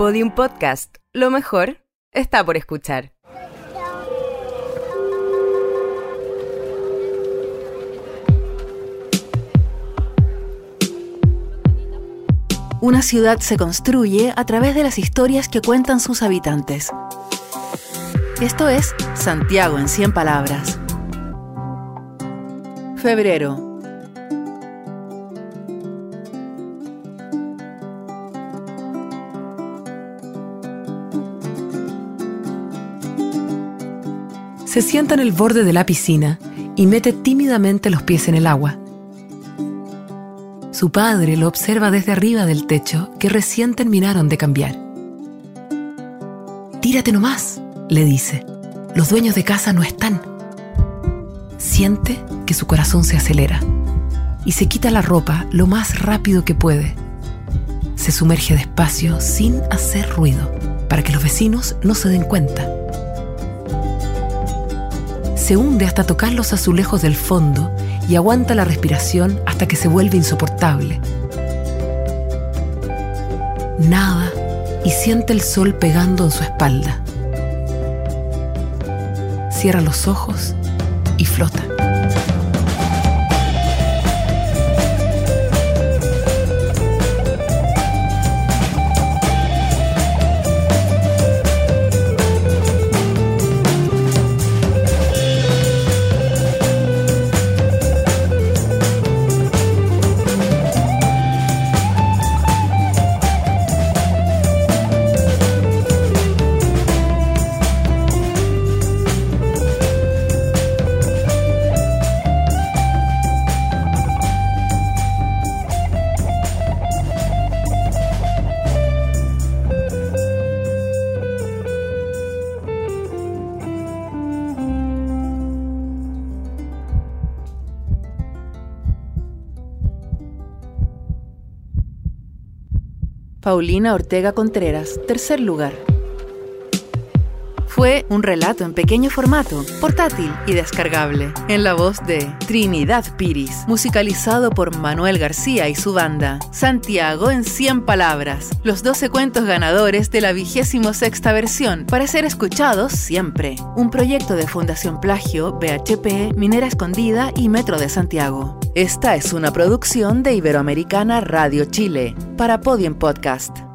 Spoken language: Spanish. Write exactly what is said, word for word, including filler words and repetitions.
Podium Podcast. Lo mejor está por escuchar. Una ciudad se construye a través de las historias que cuentan sus habitantes. Esto es Santiago en cien palabras. Febrero. Se sienta en el borde de la piscina y mete tímidamente los pies en el agua. Su padre lo observa desde arriba del techo que recién terminaron de cambiar. «Tírate nomás», le dice. «Los dueños de casa no están». Siente que su corazón se acelera y se quita la ropa lo más rápido que puede. Se sumerge despacio sin hacer ruido para que los vecinos no se den cuenta. Se hunde hasta tocar los azulejos del fondo y aguanta la respiración hasta que se vuelve insoportable. Nada y siente el sol pegando en su espalda. Cierra los ojos y flota. Paulina Ortega Contreras, tercer lugar. Fue un relato en pequeño formato, portátil y descargable, en la voz de Trinidad Piris, musicalizado por Manuel García y su banda. Santiago en cien palabras, los doce cuentos ganadores de la vigésimo sexta versión, para ser escuchados siempre. Un proyecto de Fundación Plagio, B H P, Minera Escondida y Metro de Santiago. Esta es una producción de Iberoamericana Radio Chile, para Podium Podcast.